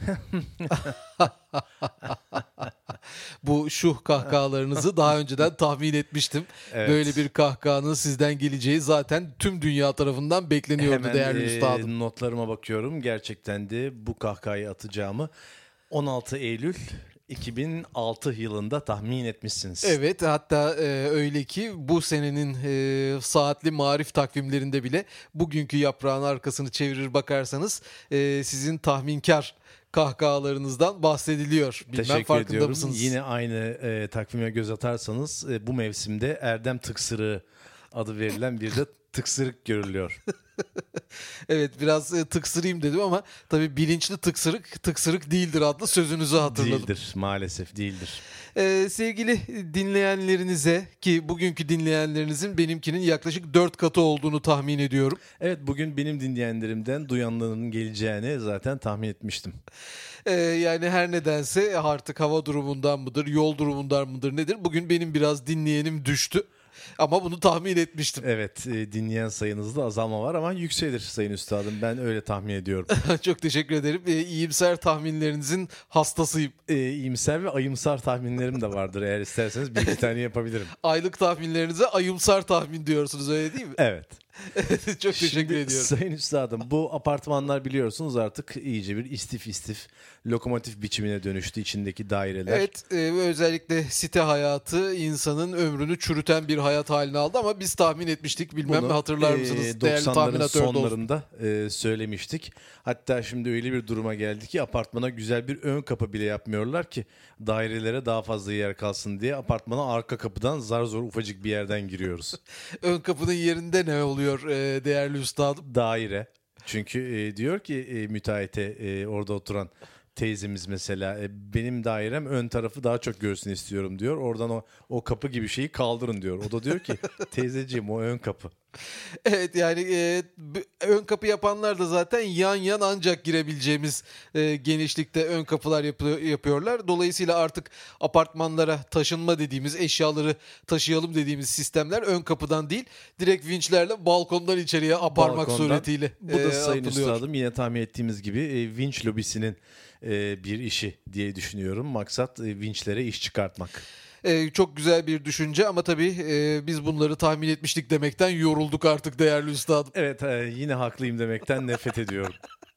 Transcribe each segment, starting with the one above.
Bu şuh kahkahalarınızı daha önceden tahmin etmiştim. Evet. Böyle bir kahkahanın sizden geleceği zaten tüm dünya tarafından bekleniyordu Hemen değerli üstadım. notlarıma bakıyorum. Gerçekten de bu kahkahayı atacağımı 16 Eylül 2006 yılında tahmin etmişsiniz. Evet, hatta öyle ki bu senenin saatli marif takvimlerinde bile bugünkü yaprağın arkasını çevirir bakarsanız sizin tahminkar kahkahalarınızdan bahsediliyor. Bilmem Teşekkür farkında ediyorum. mısınız? Yine aynı takvime göz atarsanız bu mevsimde Erdem Tıksırığı adı verilen bir de tıksırık görülüyor. Evet, biraz tıksırayım dedim ama tabii bilinçli tıksırık değildir adlı sözünüzü hatırladım. Değildir, maalesef değildir. Sevgili dinleyenlerinize, ki bugünkü dinleyenlerinizin benimkinin yaklaşık 4 katı olduğunu tahmin ediyorum. Evet, bugün benim dinleyenlerimden duyanların geleceğini zaten tahmin etmiştim. Yani her nedense artık hava durumundan mıdır, yol durumundan mıdır nedir? Bugün benim biraz dinleyenim düştü. Ama bunu tahmin etmiştim. Evet, dinleyen sayınızda azalma var ama yükselir sayın üstadım. Ben öyle tahmin ediyorum. Çok teşekkür ederim. İyimser tahminlerinizin hastasıyım. İyimser ve ayımsar tahminlerim de vardır. Eğer isterseniz bir iki tane yapabilirim. Aylık tahminlerinize ayımsar tahmin diyorsunuz, öyle değil mi? Evet. Çok teşekkür ediyorum. Sayın üstadım, bu apartmanlar biliyorsunuz artık iyice bir istif lokomotif biçimine dönüştü içindeki daireler. Evet, özellikle site hayatı insanın ömrünü çürüten bir hayat haline aldı ama biz tahmin etmiştik. Bilmem Bunu, hatırlar mısınız? Değerli 90'ların tahminatör dostum. sonlarında söylemiştik. Hatta şimdi öyle bir duruma geldi ki apartmana güzel bir ön kapı bile yapmıyorlar ki dairelere daha fazla yer kalsın diye apartmana arka kapıdan zar zor ufacık bir yerden giriyoruz. Ön kapının yerinde ne oluyor değerli üstadım? Daire. Çünkü diyor ki müteahhite orada oturan teyzemiz mesela benim dairem ön tarafı daha çok görsün istiyorum diyor. Oradan o kapı gibi şeyi kaldırın diyor. O da diyor ki teyzeciğim o ön kapı. Evet, yani ön kapı yapanlar da zaten yan yan ancak girebileceğimiz genişlikte ön kapılar yapıyorlar. Dolayısıyla artık apartmanlara taşınma dediğimiz, eşyaları taşıyalım dediğimiz sistemler ön kapıdan değil, direkt vinçlerle balkondan içeriye aparmak Balkondan. suretiyle Bu da sayın atılıyor. üstadım yine tahmin ettiğimiz gibi vinç lobisinin bir işi diye düşünüyorum. Maksat vinçlere iş çıkartmak. Çok güzel bir düşünce ama tabii biz bunları tahmin etmiştik demekten yorulduk artık değerli üstadım. Evet, yine haklıyım demekten nefret ediyorum.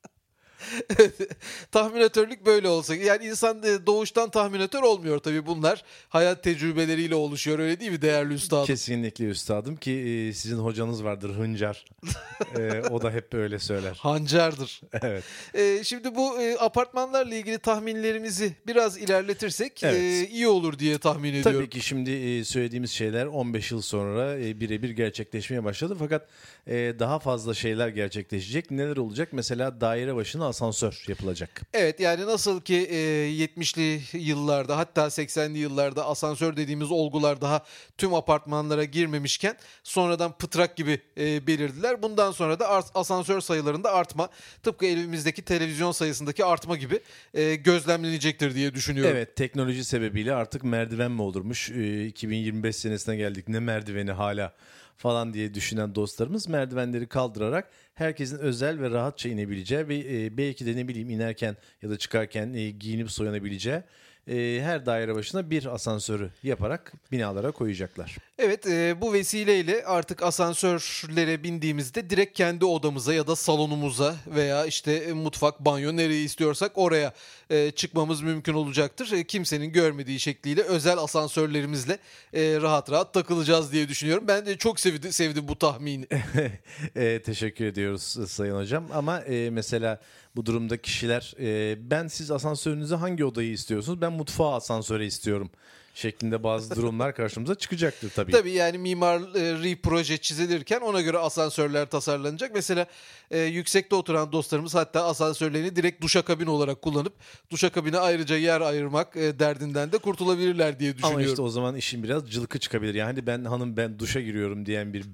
Tahminatörlük böyle olsa. Yani insan doğuştan tahminatör olmuyor tabii, bunlar hayat tecrübeleriyle oluşuyor, öyle değil mi değerli üstadım? Kesinlikle üstadım ki sizin hocanız vardır Hıncar. O da hep böyle söyler. Hancardır. Evet. Şimdi bu apartmanlarla ilgili tahminlerimizi biraz ilerletirsek Evet. iyi olur diye tahmin ediyorum. Tabii ki şimdi söylediğimiz şeyler 15 yıl sonra birebir gerçekleşmeye başladı. Fakat daha fazla şeyler gerçekleşecek. Neler olacak? Mesela daire başına asansör yapılacak. Evet, yani nasıl ki 70'li yıllarda, hatta 80'li yıllarda asansör dediğimiz olgular daha tüm apartmanlara girmemişken sonradan pıtrak gibi belirdiler. Bundan sonra da asansör sayılarında artma, tıpkı evimizdeki televizyon sayısındaki artma gibi gözlemlenecektir diye düşünüyorum. Evet, teknoloji sebebiyle artık merdiven mi olurmuş? 2025 senesine geldik, ne merdiveni hala falan diye düşünen dostlarımız merdivenleri kaldırarak herkesin özel ve rahatça inebileceği ve belki de ne bileyim inerken ya da çıkarken giyinip soyunabileceği her daire başına bir asansörü yaparak binalara koyacaklar. Evet, bu vesileyle artık asansörlere bindiğimizde direkt kendi odamıza ya da salonumuza veya işte mutfak, banyo, nereyi istiyorsak oraya çıkmamız mümkün olacaktır. Kimsenin görmediği şekliyle özel asansörlerimizle rahat rahat takılacağız diye düşünüyorum. Ben de çok sevdim bu tahmini. Teşekkür ediyoruz Sayın Hocam. Ama mesela bu durumda kişiler siz asansörünüzü hangi odayı istiyorsunuz? Ben mutfağa asansöre istiyorum şeklinde bazı durumlar karşımıza çıkacaktır tabii. Tabii, yani mimari proje çizilirken ona göre asansörler tasarlanacak. Mesela yüksekte oturan dostlarımız hatta asansörlerini direkt duşakabin olarak kullanıp duşakabine ayrıca yer ayırmak derdinden de kurtulabilirler diye düşünüyorum. Ama işte o zaman işin biraz cılkı çıkabilir. Yani ben duşa giriyorum diyen bir bey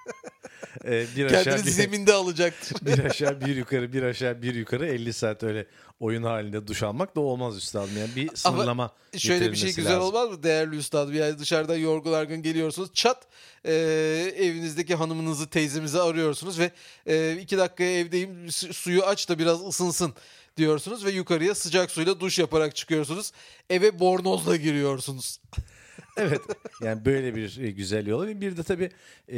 Bir aşağı Kendini bir, zeminde alacaktır. bir aşağı bir yukarı, bir aşağı bir yukarı 50 saat öyle oyun halinde duş almak da olmaz üstadım. Yani bir sınırlama Şöyle bir şey getirilmesi güzel lazım. olmaz mı değerli üstadım? Yani dışarıdan yorgun argın geliyorsunuz. Çat evinizdeki hanımınızı, teyzemizi arıyorsunuz ve 2 dakikaya evdeyim, suyu aç da biraz ısınsın diyorsunuz ve yukarıya sıcak suyla duş yaparak çıkıyorsunuz. Eve bornozla giriyorsunuz. Evet, yani böyle bir güzelliği olur. Bir de tabii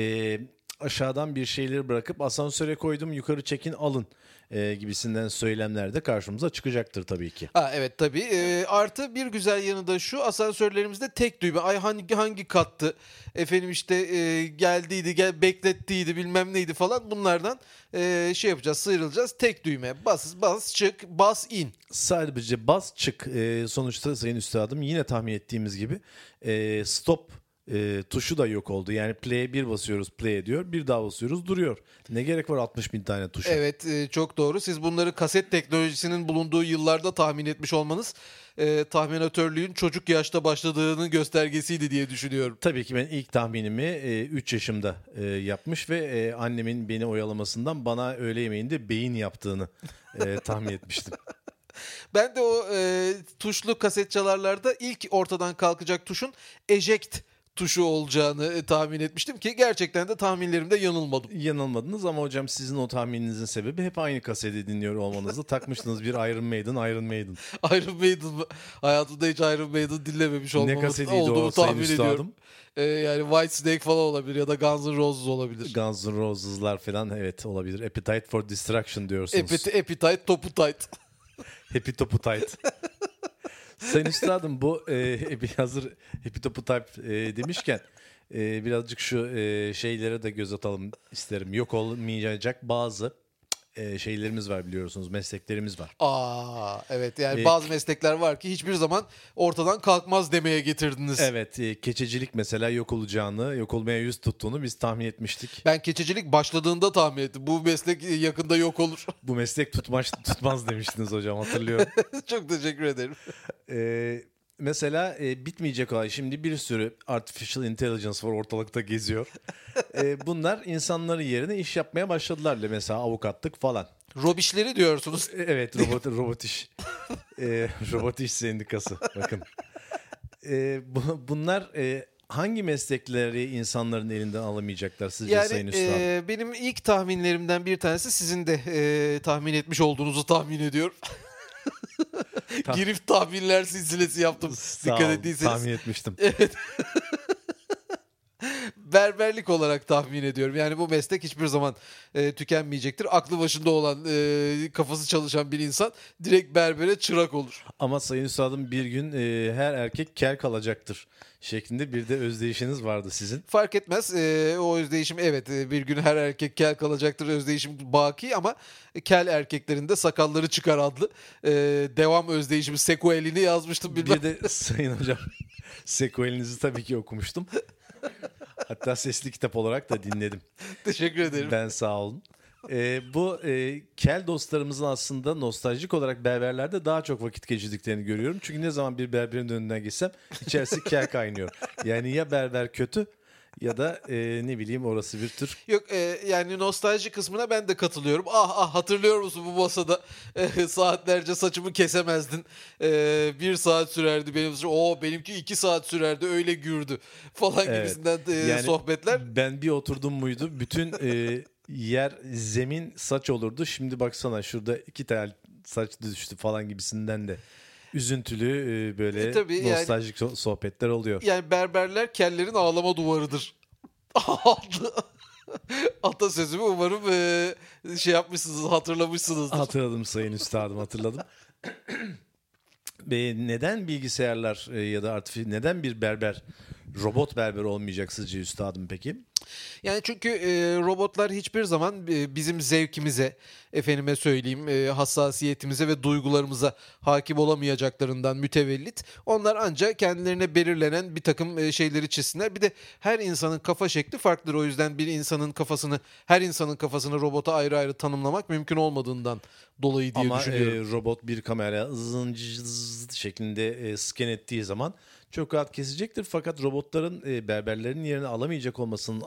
aşağıdan bir şeyleri bırakıp asansöre koydum, yukarı çekin alın gibisinden söylemler de karşımıza çıkacaktır tabii ki. Ha, evet tabii. Artı bir güzel yanı da şu, asansörlerimizde tek düğme. Ay hangi kattı? Efendim işte geldiydi, beklettiydi, bilmem neydi falan. Bunlardan şey yapacağız, sıyrılacağız. Tek düğme. Bas çık, bas in. Sadece bas çık, sonuçta sayın üstadım yine tahmin ettiğimiz gibi stop tuşu da yok oldu. Yani play'e bir basıyoruz, play ediyor, bir daha basıyoruz, duruyor. Ne gerek var 60 bin tane tuşa? Evet, çok doğru. Siz bunları kaset teknolojisinin bulunduğu yıllarda tahmin etmiş olmanız tahminatörlüğün çocuk yaşta başladığının göstergesiydi diye düşünüyorum. Tabii ki ben ilk tahminimi 3 yaşımda yapmış ve annemin beni oyalamasından bana öğle yemeğinde beyin yaptığını tahmin etmiştim. Ben de o tuşlu kaset çalarlarda ilk ortadan kalkacak tuşun eject tuşu olacağını tahmin etmiştim ki gerçekten de tahminlerimde yanılmadım. Yanılmadınız ama hocam sizin o tahmininizin sebebi hep aynı kaseti dinliyor olmanızdı. Takmıştınız bir Iron Maiden. Iron Maiden mı? Hayatımda hiç Iron Maiden dinlememiş Ne olmamı kasetiydi olduğumu o sayın tahmin üstadım? ediyorum. Yani Whitesnake falan olabilir ya da Guns N' Roses olabilir. Guns N' Roses'lar falan evet olabilir. Appetite for Destruction diyorsunuz. Appetite, topu tight. Happy Topu Tight. Sayın üstadım bu hazır Happy Topu Tight demişken birazcık şu şeylere de göz atalım isterim. Yok olmayacak bazı şeylerimiz var biliyorsunuz, mesleklerimiz var. Evet yani E, bazı meslekler var ki hiçbir zaman ortadan kalkmaz demeye getirdiniz. Evet, keçecilik mesela yok olacağını, yok olmaya yüz tuttuğunu biz tahmin etmiştik. Ben keçecilik başladığında tahmin ettim. Bu meslek yakında yok olur. Bu meslek tutmaz demiştiniz hocam, hatırlıyorum. Çok teşekkür ederim. Mesela bitmeyecek olay. Şimdi bir sürü artificial intelligence var ortalıkta geziyor. Bunlar insanların yerine iş yapmaya başladılar. Mesela avukatlık falan. Robişleri diyorsunuz. Evet, robot iş. Robot iş sendikası. Bakın. Bunlar hangi meslekleri insanların elinden alamayacaklar sizce sayın üstadım? Benim ilk tahminlerimden bir tanesi sizin de tahmin etmiş olduğunuzu tahmin ediyorum. Girift tahminler silsilesi yaptım. Sağ Dikkat olun, ettiyseniz. tahmin etmiştim. Berberlik olarak tahmin ediyorum. Yani bu meslek hiçbir zaman tükenmeyecektir. Aklı başında olan, kafası çalışan bir insan direkt berbere çırak olur. Ama sayın üstadım bir gün her erkek kel kalacaktır şeklinde bir de özdeyişiniz vardı sizin. Fark etmez. O özdeyişim evet bir gün her erkek kel kalacaktır. Özdeyişim baki ama kel erkeklerin de sakalları çıkar adlı devam özdeyişimi sequelini yazmıştım. Bir de sayın hocam sequelinizi tabii ki okumuştum. Hatta sesli kitap olarak da dinledim. Teşekkür ederim. Ben sağ olun. Bu kel dostlarımızın aslında nostaljik olarak berberlerde daha çok vakit geçirdiklerini görüyorum. Çünkü ne zaman bir berberin önünden geçsem içerisi kel kaynıyor. Yani ya berber kötü ya da ne bileyim orası bir tür. Yok yani nostalji kısmına ben de katılıyorum. Hatırlıyor musun bu masada saatlerce saçımı kesemezdin. 1 saat sürerdi benim saçım. Benimki 2 saat sürerdi öyle gürdü falan Evet. gibisinden Yani sohbetler. ben bir oturdum muydu bütün yer zemin saç olurdu. Şimdi baksana şurada 2 tane saç düştü falan gibisinden de üzüntülü böyle Tabii yani- nostaljik sohbetler oluyor. Yani berberler kellerin ağlama duvarıdır. Atasözümü umarım şey yapmışsınız, hatırlamışsınızdır. Hatırladım sayın üstadım, hatırladım. Neden bilgisayarlar ya da neden bir robot berber olmayacak sizce üstadım peki? Yani çünkü robotlar hiçbir zaman bizim zevkimize, efendime söyleyeyim, hassasiyetimize ve duygularımıza hakim olamayacaklarından mütevellit. Onlar ancak kendilerine belirlenen bir takım şeyleri çizsinler. Bir de her insanın kafa şekli farklıdır. O yüzden her insanın kafasını robota ayrı ayrı tanımlamak mümkün olmadığından dolayı diye Ama düşünüyorum. robot bir kamera şeklinde scan ettiği zaman çok rahat kesecektir. Fakat robotların berberlerin yerini alamayacak olmasının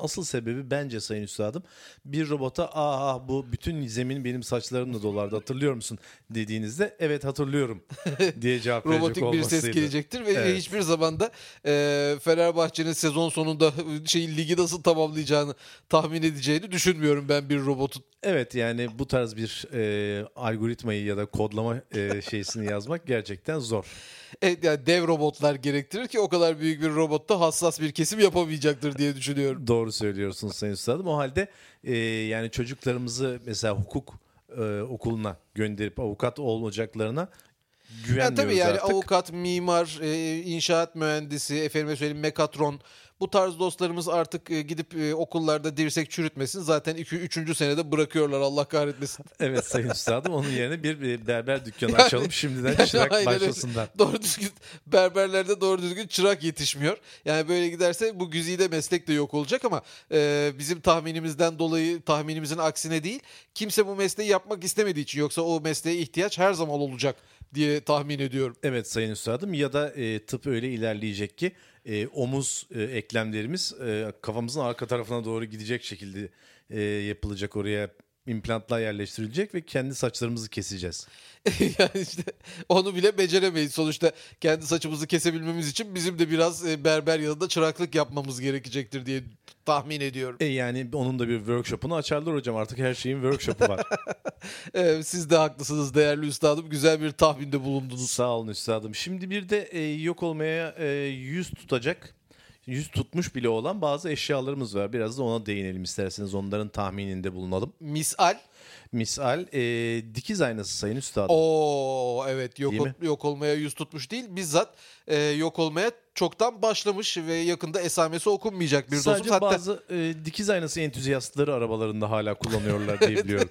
asıl sebebi bence sayın üstadım bir robota bu bütün zemin benim saçlarımla dolardı hatırlıyor musun dediğinizde evet hatırlıyorum diye cevap verecek Robotik bir olmasıydı. ses gelecektir ve Evet. hiçbir zaman da Fenerbahçe'nin sezon sonunda ligi nasıl tamamlayacağını tahmin edeceğini düşünmüyorum ben bir robotun. Evet yani bu tarz bir algoritmayı ya da kodlama şeysini yazmak gerçekten zor. Evet, yani dev robotlar gerektirir ki o kadar büyük bir robotta hassas bir kesim yapamayacaktır diye düşünüyorum. Doğru söylüyorsunuz sayın üstadım. O halde yani çocuklarımızı mesela hukuk okuluna gönderip avukat olacaklarına Yani güvenmiyoruz tabii yani artık. avukat, mimar, inşaat mühendisi, efendime söyleyeyim mekatron, bu tarz dostlarımız artık gidip okullarda dirsek çürütmesin. Zaten 2-3. senede bırakıyorlar Allah kahretmesin. Evet sayın üstadım onun yerine bir berber dükkanı Yani- açalım şimdiden çırak Aynen öyle. başlasınlar. Doğru düzgün berberlerde doğru düzgün çırak yetişmiyor. Yani böyle giderse bu güzide meslek de yok olacak ama bizim tahminimizden dolayı tahminimizin aksine değil. Kimse bu mesleği yapmak istemediği için yoksa o mesleğe ihtiyaç her zaman olacak diye tahmin ediyorum. Evet sayın üstadım ya da tıp öyle ilerleyecek ki omuz eklemlerimiz kafamızın arka tarafına doğru gidecek şekilde yapılacak oraya implantlar yerleştirilecek ve kendi saçlarımızı keseceğiz. Yani işte onu bile beceremeyiz. Sonuçta kendi saçımızı kesebilmemiz için bizim de biraz berber yanında çıraklık yapmamız gerekecektir diye tahmin ediyorum. Yani onun da bir workshop'unu açarlar hocam artık her şeyin workshop'u var. Siz de haklısınız değerli üstadım. Güzel bir tahminde bulundunuz. Sağ olun üstadım. Şimdi bir de yok olmaya yüz tutacak, yüz tutmuş bile olan bazı eşyalarımız var. Biraz da ona değinelim isterseniz onların tahmininde bulunalım. Misal. Misal dikiz aynası sayın üstadım. Oo evet Değil mi? yok olmaya yüz tutmuş değil. Bizzat yok olmaya çoktan başlamış ve yakında esamesi okunmayacak bir Sadece dostumuz. Hatta bazı dikiz aynası entüziyastları arabalarında hala kullanıyorlar diye biliyorum.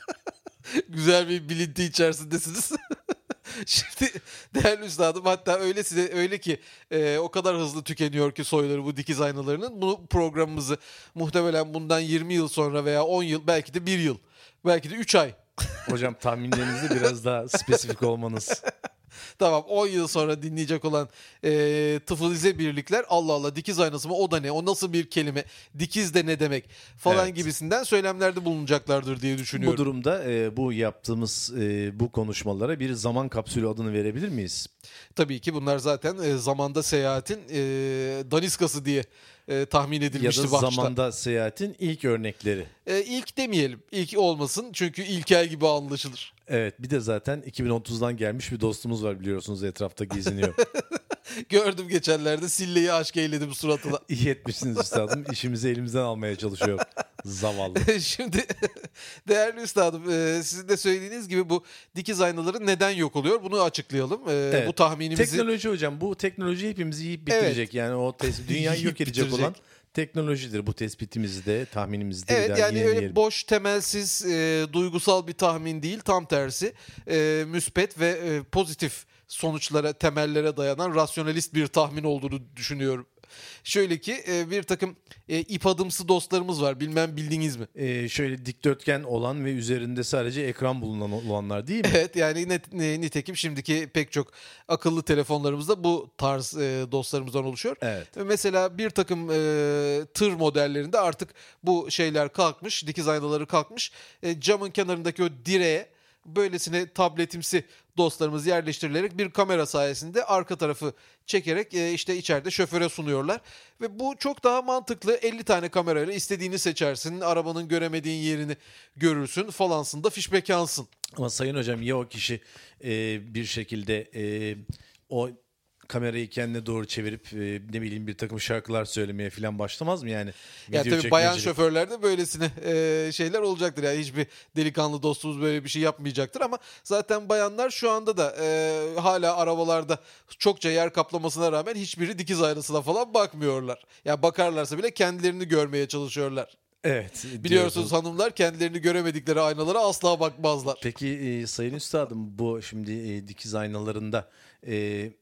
güzel bir bilinti içerisindesiniz. Şimdi değerli üstadım hatta öyle ki o kadar hızlı tükeniyor ki soyları bu dikiz aynalarının. Bu programımızı muhtemelen bundan 20 yıl sonra veya 10 yıl belki de 1 yıl belki de 3 ay. Hocam tahminlerinizde biraz daha spesifik olmanız. Tamam 10 yıl sonra dinleyecek olan tıfılize birlikler Allah Allah dikiz aynası mı o da ne o nasıl bir kelime dikiz de ne demek falan Evet. gibisinden söylemlerde bulunacaklardır diye düşünüyorum. Bu durumda bu yaptığımız bu konuşmalara bir zaman kapsülü adını verebilir miyiz? Tabii ki bunlar zaten zamanda seyahatin daniskası diye tahmin Ya edilmişti da başta. zamanda seyahatin ilk örnekleri. İlk demeyelim. İlk olmasın çünkü ilkel gibi anlaşılır. Evet bir de zaten 2030'dan gelmiş bir dostumuz var biliyorsunuz etrafta geziniyor. Gördüm geçenlerde silleyi aşk eyledim suratına. İyi etmişsiniz üstadım işimizi elimizden almaya çalışıyor zavallı. Şimdi değerli üstadım sizin de söylediğiniz gibi bu dikiz aynaları neden yok oluyor bunu açıklayalım. Evet. Bu tahminimizi Teknoloji hocam bu teknoloji hepimizi yiyip bitirecek. Yani o dünyayı yok Yiyip edecek bitirecek. olan teknolojidir bu tespitimizi de tahminimizi de bir evet daha yani öyle yenileyelim. boş temelsiz duygusal bir tahmin değil tam tersi müspet ve pozitif sonuçlara temellere dayanan rasyonalist bir tahmin olduğunu düşünüyorum. Şöyle ki bir takım ip adımsı dostlarımız var bilmem bildiniz mi? Şöyle dikdörtgen olan ve üzerinde sadece ekran bulunan olanlar değil mi? Evet yani nitekim şimdiki pek çok akıllı telefonlarımızda bu tarz dostlarımızdan oluşuyor. Evet. Mesela bir takım tır modellerinde artık bu şeyler kalkmış, dikiz aynaları kalkmış. Camın kenarındaki o direğe böylesine tabletimsi dostlarımız yerleştirilerek bir kamera sayesinde arka tarafı çekerek işte içeride şoföre sunuyorlar. Ve bu çok daha mantıklı. 50 tane kamerayla istediğini seçersin. Arabanın göremediğin yerini görürsün falansın da fişbekansın. Ama sayın hocam ya o kişi bir şekilde o kamerayı kendine doğru çevirip ne bileyim bir takım şarkılar söylemeye falan başlamaz mı yani? Yani Video tabii bayan çekmecilik. şoförlerde böylesine şeyler olacaktır. Yani hiçbir delikanlı dostumuz böyle bir şey yapmayacaktır ama zaten bayanlar şu anda da hala arabalarda çokça yer kaplamasına rağmen hiçbiri dikiz aynasına falan bakmıyorlar. Yani bakarlarsa bile kendilerini görmeye çalışıyorlar. Evet. Biliyorsunuz diyorsun. hanımlar kendilerini göremedikleri aynalara asla bakmazlar. Peki sayın üstadım bu şimdi dikiz aynalarında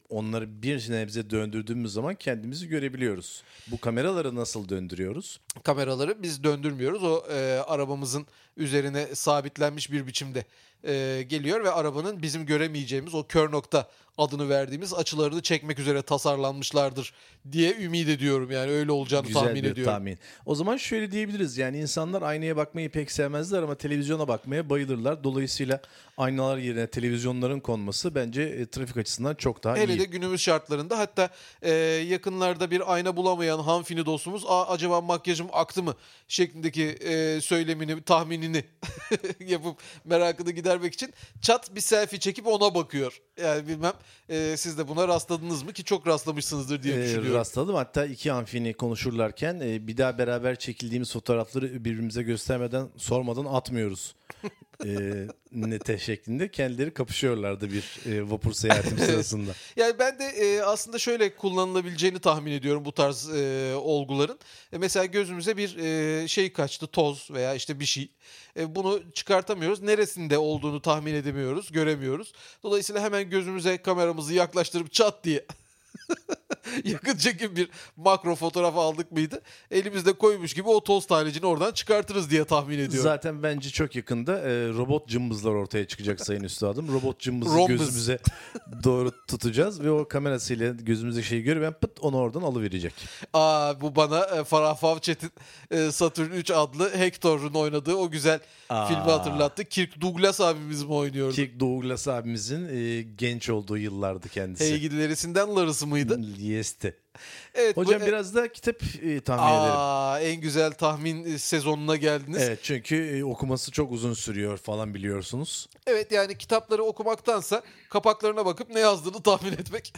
onları bir nebze döndürdüğümüz zaman kendimizi görebiliyoruz. Bu kameraları nasıl döndürüyoruz? Kameraları biz döndürmüyoruz. O arabamızın üzerine sabitlenmiş bir biçimde geliyor ve arabanın bizim göremeyeceğimiz o kör nokta adını verdiğimiz açılarını çekmek üzere tasarlanmışlardır diye ümit ediyorum. Yani öyle olacağını Güzel tahmin bir ediyorum. tahmin. O zaman şöyle diyebiliriz. Yani insanlar aynaya bakmayı pek sevmezler ama televizyona bakmaya bayılırlar. Dolayısıyla aynalar yerine televizyonların konması bence trafik açısından çok daha Hele iyi. de günümüz şartlarında, hatta yakınlarda bir ayna bulamayan hanfini dostumuz acaba makyajım aktı mı şeklindeki söylemini, tahminini yapıp merakını gidermek için çat bir selfie çekip ona bakıyor. Yani bilmem siz de buna rastladınız mı, ki çok rastlamışsınızdır diye düşünüyorum. Rastladım. Hatta iki amfini konuşurlarken bir daha beraber çekildiğimiz fotoğrafları birbirimize göstermeden, sormadan atmıyoruz. Nete şeklinde kendileri kapışıyorlardı bir vapur seyahatim sırasında. Yani ben de aslında şöyle kullanılabileceğini tahmin ediyorum bu tarz olguların. Mesela gözümüze bir şey kaçtı, toz veya işte bir şey. Bunu çıkartamıyoruz. Neresinde olduğunu tahmin edemiyoruz, göremiyoruz. Dolayısıyla hemen gözümüze kameramızı yaklaştırıp çat diye yakın çekim bir makro fotoğraf aldık mıydı, elimizde koymuş gibi o toz tanecini oradan çıkartırız diye tahmin ediyorum. Zaten bence çok yakında robot cımbızlar ortaya çıkacak sayın üstadım. Robot cımbızı Rombuz. gözümüze doğru tutacağız ve o kamerasıyla gözümüzdeki şeyi görüp ben pıt onu oradan alıverecek. Bu bana Farah Favçet'in Saturn 3 adlı Hector'un oynadığı o güzel filmi hatırlattı. Kirk Douglas abimiz mi oynuyordu? Kirk Douglas abimizin genç olduğu yıllardı kendisi. Hey gidilerisinden Larısı mıydı? Yesti. Evet. Hocam biraz da kitap tahmin edelim. En güzel tahmin sezonuna geldiniz. Evet, çünkü okuması çok uzun sürüyor falan biliyorsunuz. Evet, yani kitapları okumaktansa kapaklarına bakıp ne yazdığını tahmin etmek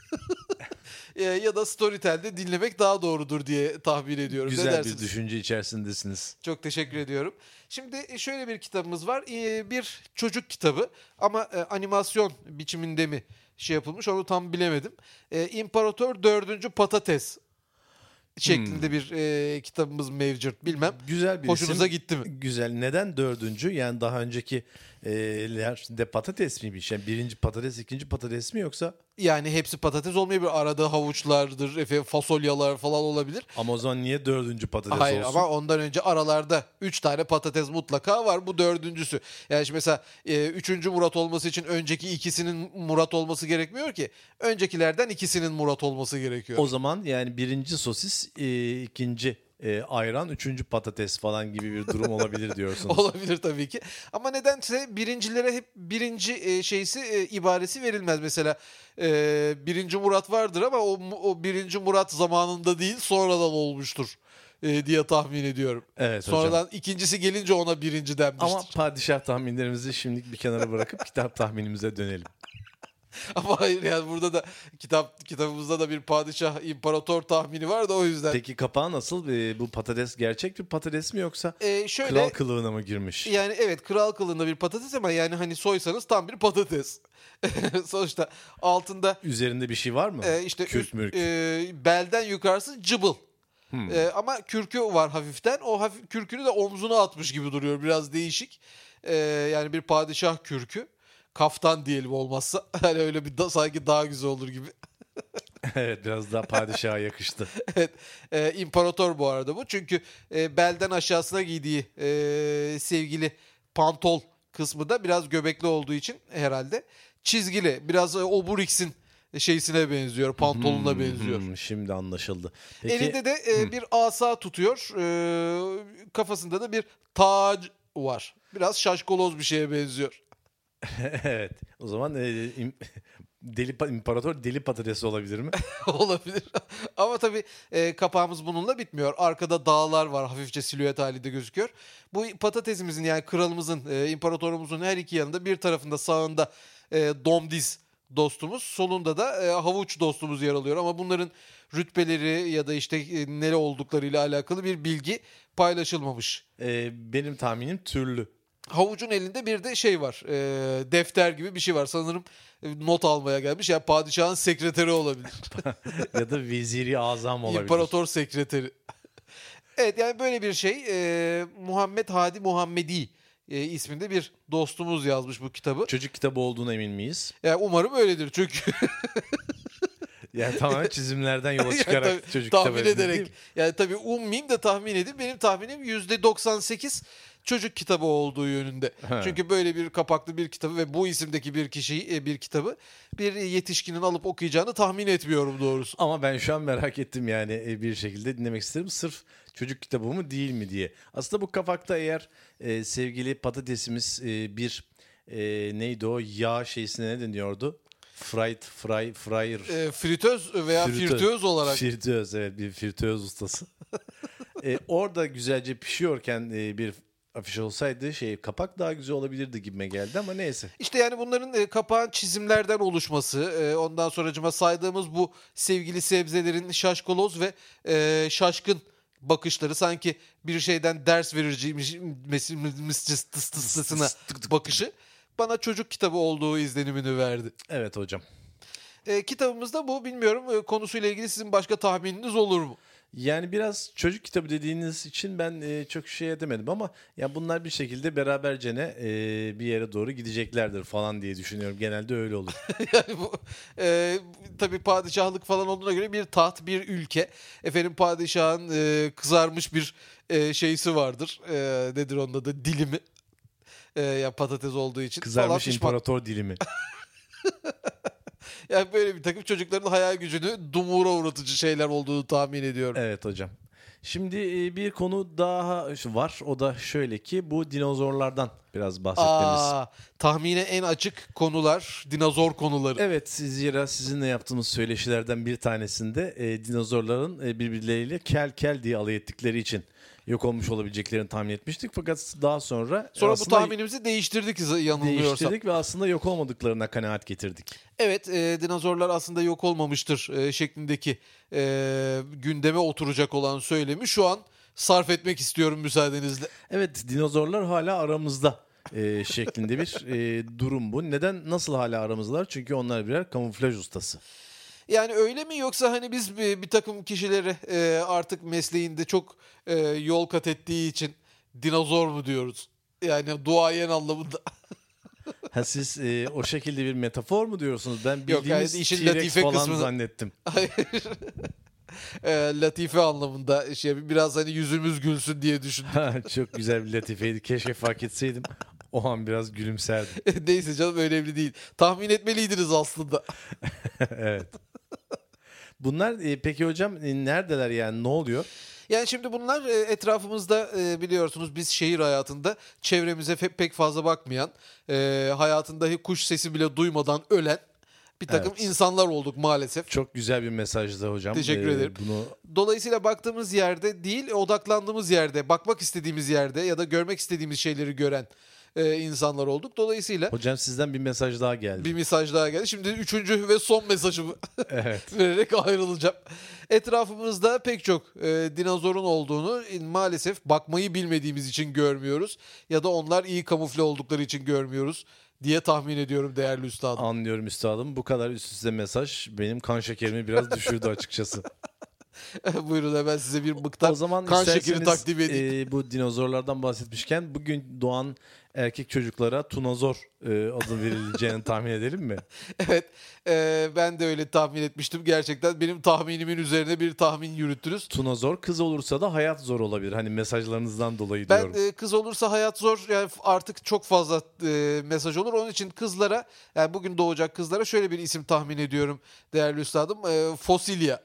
ya da Storytel'de dinlemek daha doğrudur diye tahmin ediyorum. Ne Güzel dersiniz? bir düşünce içerisindesiniz. Çok teşekkür ediyorum. Şimdi şöyle bir kitabımız var. Bir çocuk kitabı ama animasyon biçiminde mi şey yapılmış onu tam bilemedim. İmparator 4. Patates şeklinde bir kitabımız mevcut. Bilmem. Güzel bir Hoşunuza isim. gitti mi? Güzel. Neden dördüncü? Yani daha önceki de patates miymiş? Yani birinci patates, ikinci patates mi yoksa? Yani hepsi patates olmayabilir. Arada havuçlardır, fasolyalar falan olabilir. Ama o zaman niye dördüncü patates Hayır, olsun? ama ondan önce aralarda 3 tane patates mutlaka var. Bu dördüncüsü. Yani şimdi mesela 3. Murat olması için önceki ikisinin Murat olması gerekmiyor ki. Öncekilerden ikisinin Murat olması gerekiyor. O zaman yani birinci sosis, ikinci ayran, üçüncü patates falan gibi bir durum olabilir diyorsunuz. Olabilir tabii ki. Ama nedense birincilere hep birinci ibaresi verilmez. Mesela 1. Murat vardır ama o 1. Murat zamanında değil, sonradan olmuştur diye tahmin ediyorum. Evet Sonradan hocam. ikincisi gelince ona birinci denmiştir. Ama padişah tahminlerimizi şimdilik bir kenara bırakıp kitap tahminimize dönelim. Ama hayır, yani burada da kitabımızda da bir padişah, imparator tahmini var da o yüzden. Peki kapağı nasıl? Bu patates gerçek bir patates mi yoksa Şöyle, kral kılığına mı girmiş? yani evet, kral kılığında bir patates ama yani hani soysanız tam bir patates. Sonuçta altında Üzerinde bir şey var mı? işte Kürk mürk. belden yukarısı cıbıl. Ama kürkü var hafiften. O hafif kürkünü de omzuna atmış gibi duruyor. Biraz değişik. Yani bir padişah kürkü. Kaftan diyelim olmazsa. Hani öyle bir sanki daha güzel olur gibi. Evet, biraz daha padişaha yakıştı. Evet. İmparator bu arada bu. Çünkü belden aşağısına giydiği sevgili pantol kısmı da biraz göbekli olduğu için herhalde çizgili. Biraz Oburix'in şeysine benziyor. Pantolonuna benziyor. Şimdi anlaşıldı. Peki, Elinde de bir asa tutuyor. Kafasında da bir tac var. Biraz şaşkoloz bir şeye benziyor. evet. O zaman imparator deli patatesi olabilir mi? Olabilir. Ama tabii kapağımız bununla bitmiyor. Arkada dağlar var. Hafifçe silüet halinde gözüküyor. Bu patatesimizin, yani kralımızın, imparatorumuzun her iki yanında, bir tarafında sağında domdiz dostumuz, solunda da havuç dostumuz yer alıyor. Ama bunların rütbeleri ya da işte nere olduklarıyla alakalı bir bilgi paylaşılmamış. Benim tahminim türlü. Havucun elinde bir de şey var. Defter gibi bir şey var. Sanırım not almaya gelmiş. Yani padişahın sekreteri olabilir. Ya da veziri azam olabilir. İmparator sekreteri. Evet, yani böyle bir şey. Muhammed Hadi Muhammedi isminde bir dostumuz yazmış bu kitabı. Çocuk kitabı olduğuna emin miyiz? Yani umarım öyledir çünkü Yani tamamen çizimlerden yola Yani çıkarak tabii, çocuk tahmin kitabı edildi, değil ederek. mi? Yani tabii ummayayım da tahmin edeyim. Benim tahminim %98 çocuk kitabı olduğu yönünde. Ha. Çünkü böyle bir kapaklı bir kitabı ve bu isimdeki bir kişiyi bir kitabı bir yetişkinin alıp okuyacağını tahmin etmiyorum doğrusu. Ama ben şu an merak ettim yani bir şekilde dinlemek isterim. Sırf çocuk kitabı mı değil mi diye. Aslında bu kapakta eğer sevgili patatesimiz neydi o yağ şeysine ne deniyordu? Fryer. Fritöz veya firtöz olarak. Firtöz, evet, bir firtöz ustası. Orada güzelce pişiyorken bir afiş olsaydı kapak daha güzel olabilirdi gibime geldi ama neyse. İşte yani bunların kapağın çizimlerden oluşması, ondan sonracıma saydığımız bu sevgili sebzelerin şaşkaloz ve şaşkın bakışları sanki bir şeyden ders verirciymişçesine bakışı bana çocuk kitabı olduğu izlenimini verdi. Evet hocam. Kitabımızda bu, bilmiyorum konusuyla ilgili sizin başka tahmininiz olur mu? Yani biraz çocuk kitabı dediğiniz için ben çok şey edemedim ama ya bunlar bir şekilde berabercene bir yere doğru gideceklerdir falan diye düşünüyorum. Genelde öyle olur. Yani bu tabii padişahlık falan olduğuna göre bir taht, bir ülke. Efendim padişahın kızarmış bir şeysi vardır. Nedir onun adı? Dilimi. Ya patates olduğu için. falan Kızarmış pişman. imparator dilimi. Yani böyle bir takım çocukların hayal gücünü dumura uğratıcı şeyler olduğunu tahmin ediyorum. Evet hocam. Şimdi bir konu daha var. O da şöyle ki bu dinozorlardan biraz bahsetmemiz. Tahmine en açık konular dinozor konuları. Evet, zira sizinle yaptığımız söyleşilerden bir tanesinde dinozorların birbirleriyle kel kel diye alay ettikleri için yok olmuş olabileceklerini tahmin etmiştik. Fakat daha sonra bu aslında tahminimizi değiştirdik yanılmıyorsam. değiştirdik ve aslında yok olmadıklarına kanaat getirdik. Evet, dinozorlar aslında yok olmamıştır şeklindeki gündeme oturacak olan söylemi şu an sarf etmek istiyorum müsaadenizle. Evet, dinozorlar hala aramızda şeklinde bir durum bu. Neden, nasıl hala aramızdalar? Çünkü onlar birer kamuflaj ustası. Yani öyle mi, yoksa hani biz bir takım kişileri artık mesleğinde çok yol kat ettiği için dinozor mu diyoruz? Yani duayen anlamında. Ha, siz o şekilde bir metafor mu diyorsunuz? Ben Yok, bildiğimiz yani işin T-Rex latife falan kısmını- zannettim. Hayır. Latife anlamında biraz hani yüzümüz gülsün diye düşündüm. Ha, çok güzel bir latifeydi. Keşke fark etseydim. O an biraz gülümserdim. Neyse canım, önemli değil. Tahmin etmeliydiniz aslında. Evet. Bunlar peki hocam neredeler yani, ne oluyor? Yani şimdi bunlar etrafımızda, biliyorsunuz biz şehir hayatında çevremize pek fazla bakmayan, hayatında hiç kuş sesi bile duymadan ölen bir takım Evet. insanlar olduk maalesef. Çok güzel bir mesajdı hocam. Teşekkür ederim. Bunu Dolayısıyla baktığımız yerde değil, odaklandığımız yerde, bakmak istediğimiz yerde ya da görmek istediğimiz şeyleri gören insanlar olduk. Dolayısıyla hocam sizden bir mesaj daha geldi. bir mesaj daha geldi. Şimdi üçüncü ve son mesajımı Evet. vererek ayrılacağım. Etrafımızda pek çok dinozorun olduğunu maalesef bakmayı bilmediğimiz için görmüyoruz. Ya da onlar iyi kamufle oldukları için görmüyoruz diye tahmin ediyorum değerli üstadım. Anlıyorum üstadım. Bu kadar üst üste mesaj benim kan şekerimi biraz düşürdü açıkçası. Buyurun, hemen size bir miktar O zaman kan şekeri isterseniz takdim edeyim. bu dinozorlardan bahsetmişken bugün doğan erkek çocuklara tunozor adı verileceğini tahmin edelim mi? Evet, ben de öyle tahmin etmiştim. Gerçekten benim tahminimin üzerine bir tahmin yürüttünüz. Tunozor, kız olursa da hayat zor olabilir. Hani mesajlarınızdan dolayı Ben diyorum. kız olursa hayat zor, yani artık çok fazla mesaj olur. Onun için kızlara, yani bugün doğacak kızlara şöyle bir isim tahmin ediyorum değerli üstadım. Fosilya.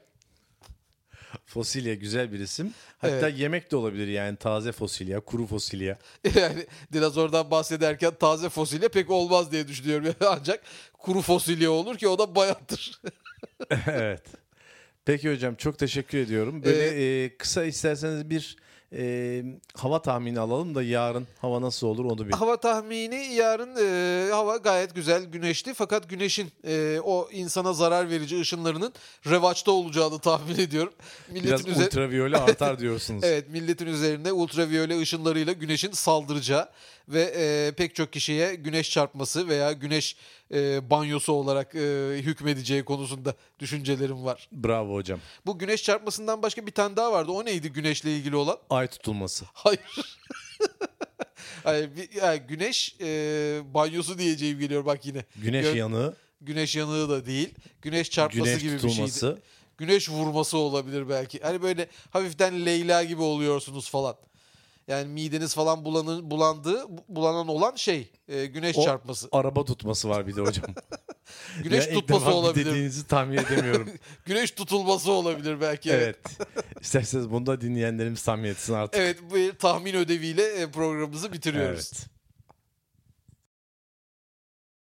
Fosilya güzel bir isim. Hatta yemek de olabilir yani, taze fosilya, kuru fosilya. Yani dinozordan bahsederken taze fasulye pek olmaz diye düşünüyorum. Ancak kuru fasulye olur ki o da bayattır. Evet. Peki hocam, çok teşekkür ediyorum. Böyle kısa isterseniz bir hava tahmini alalım da yarın hava nasıl olur onu bir. Hava tahmini yarın, hava gayet güzel, güneşli, fakat güneşin o insana zarar verici ışınlarının revaçta olacağını tahmin ediyorum. Biraz ultraviyole artar diyorsunuz. Evet, milletin üzerinde ultraviyole ışınlarıyla güneşin saldıracağı ve pek çok kişiye güneş çarpması veya güneş banyosu olarak hükmedeceği konusunda düşüncelerim var. Bravo hocam. Bu güneş çarpmasından başka bir tane daha vardı. O neydi güneşle ilgili olan? Ay tutulması. Hayır. Hayır, yani güneş banyosu diyeceğim geliyor bak yine. Güneş yanığı. Güneş yanığı da değil. Güneş çarpması Güneş gibi bir tutulması. şeydi. Güneş vurması olabilir belki. Hani böyle hafiften Leyla gibi oluyorsunuz falan. Yani mideniz falan bulanan olan şey güneş O çarpması. araba tutması var bir de hocam. Güneş Ya ilk tutması defa bir olabilir. dediğinizi tahmin edemiyorum. Güneş tutulması olabilir belki. Evet. Evet. İsterseniz bunu da dinleyenlerimiz tahmin etsin artık. Evet, bu tahmin ödeviyle programımızı bitiriyoruz. Evet.